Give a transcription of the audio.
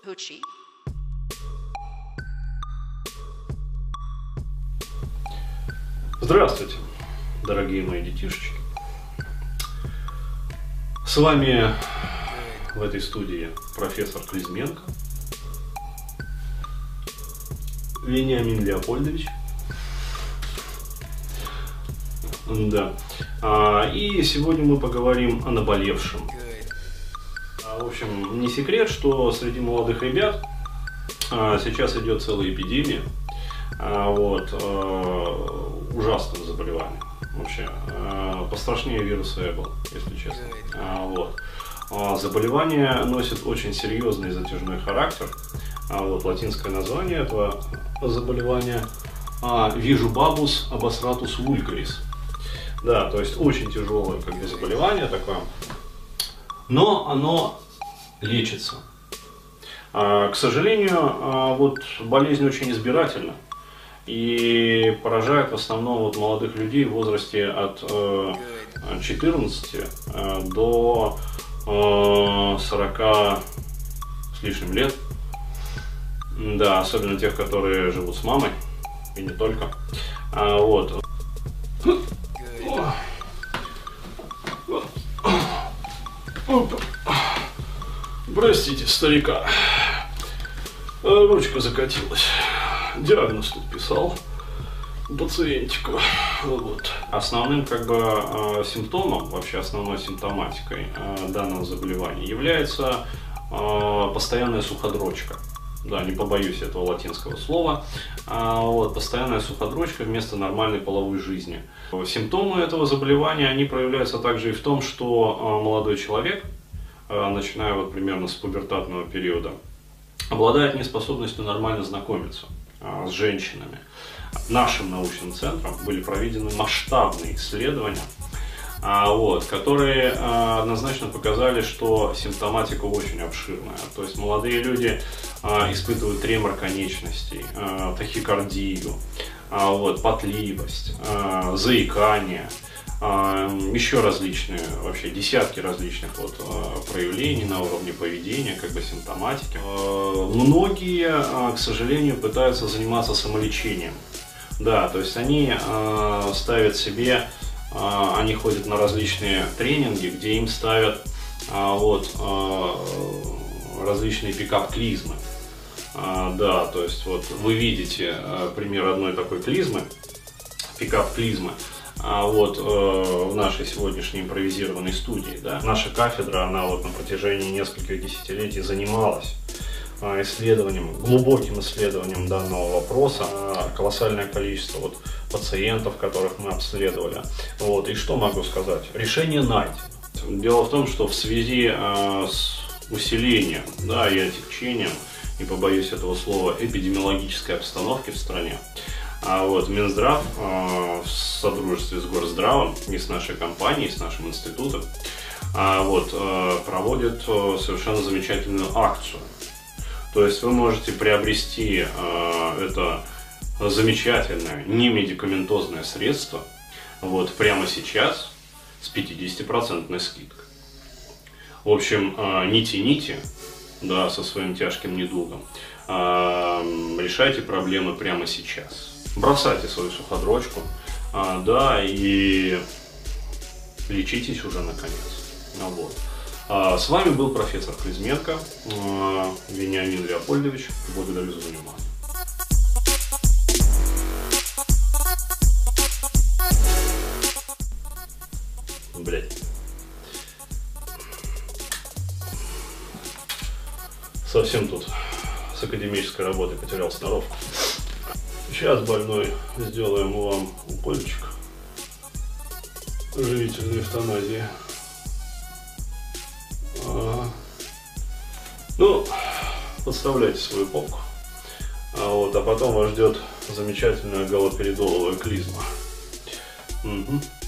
Hoochie. Здравствуйте, дорогие мои детишечки. С вами в этой студии профессор Клизменко, Вениамин Леопольдович. Да. И сегодня мы поговорим о наболевшем. В общем, не секрет, что среди молодых ребят сейчас идет целая эпидемия ужасных заболеваний. Вообще, пострашнее вируса Эбола, если честно. Заболевание носит очень серьезный и затяжной характер. Латинское название этого заболевания Вижубабус обосратус вульгарис. Да, то есть очень тяжелое заболевание такое, но оно лечится. К сожалению, болезнь очень избирательна и поражает в основном молодых людей в возрасте от 14 до 40 с лишним лет. Да, особенно тех, которые живут с мамой, и не только. Простите, старика. Ручка закатилась. Диагноз тут писал пациентику. Основным симптомом, вообще основной симптоматикой данного заболевания является постоянная суходрочка. Да, не побоюсь этого латинского слова. Постоянная суходрочка вместо нормальной половой жизни. Симптомы этого заболевания, они проявляются также и в том, что молодой человек, начиная примерно с пубертатного периода, обладает неспособностью нормально знакомиться с женщинами. Нашим научным центром были проведены масштабные исследования, которые однозначно показали, что симптоматика очень обширная. То есть молодые люди испытывают тремор конечностей, тахикардию, потливость, заикание, еще различные, вообще десятки различных проявлений на уровне поведения, симптоматики. Многие, к сожалению, пытаются заниматься самолечением. Да, то есть они ставят себе, они ходят на различные тренинги, где им ставят различные пикап-клизмы. Да, то есть вы видите пример одной такой клизмы, пикап-клизмы, в нашей сегодняшней импровизированной студии. Да. Наша кафедра, она на протяжении нескольких десятилетий занималась глубоким исследованием данного вопроса. Колоссальное количество пациентов, которых мы обследовали. И что могу сказать? Решение найдено. Дело в том, что в связи с усилением, и отягчением, не побоюсь этого слова, эпидемиологической обстановки в стране, Минздрав в содружестве с Горздравом и с нашей компанией, с нашим институтом проводит совершенно замечательную акцию. То есть вы можете приобрести это замечательное немедикаментозное средство прямо сейчас с 50% скидкой. В общем, не тяните со своим тяжким недугом, решайте проблемы прямо сейчас. Бросайте свою суходрочку, и лечитесь уже наконец. С вами был профессор Клизменко, Вениамин Леопольдович. Благодарю за внимание. Совсем тут с академической работы потерял сноровку. Сейчас, больной, сделаем вам укольчик живительной эвтаназии. Подставляйте свою попку. А потом вас ждет замечательная галоперидоловая клизма.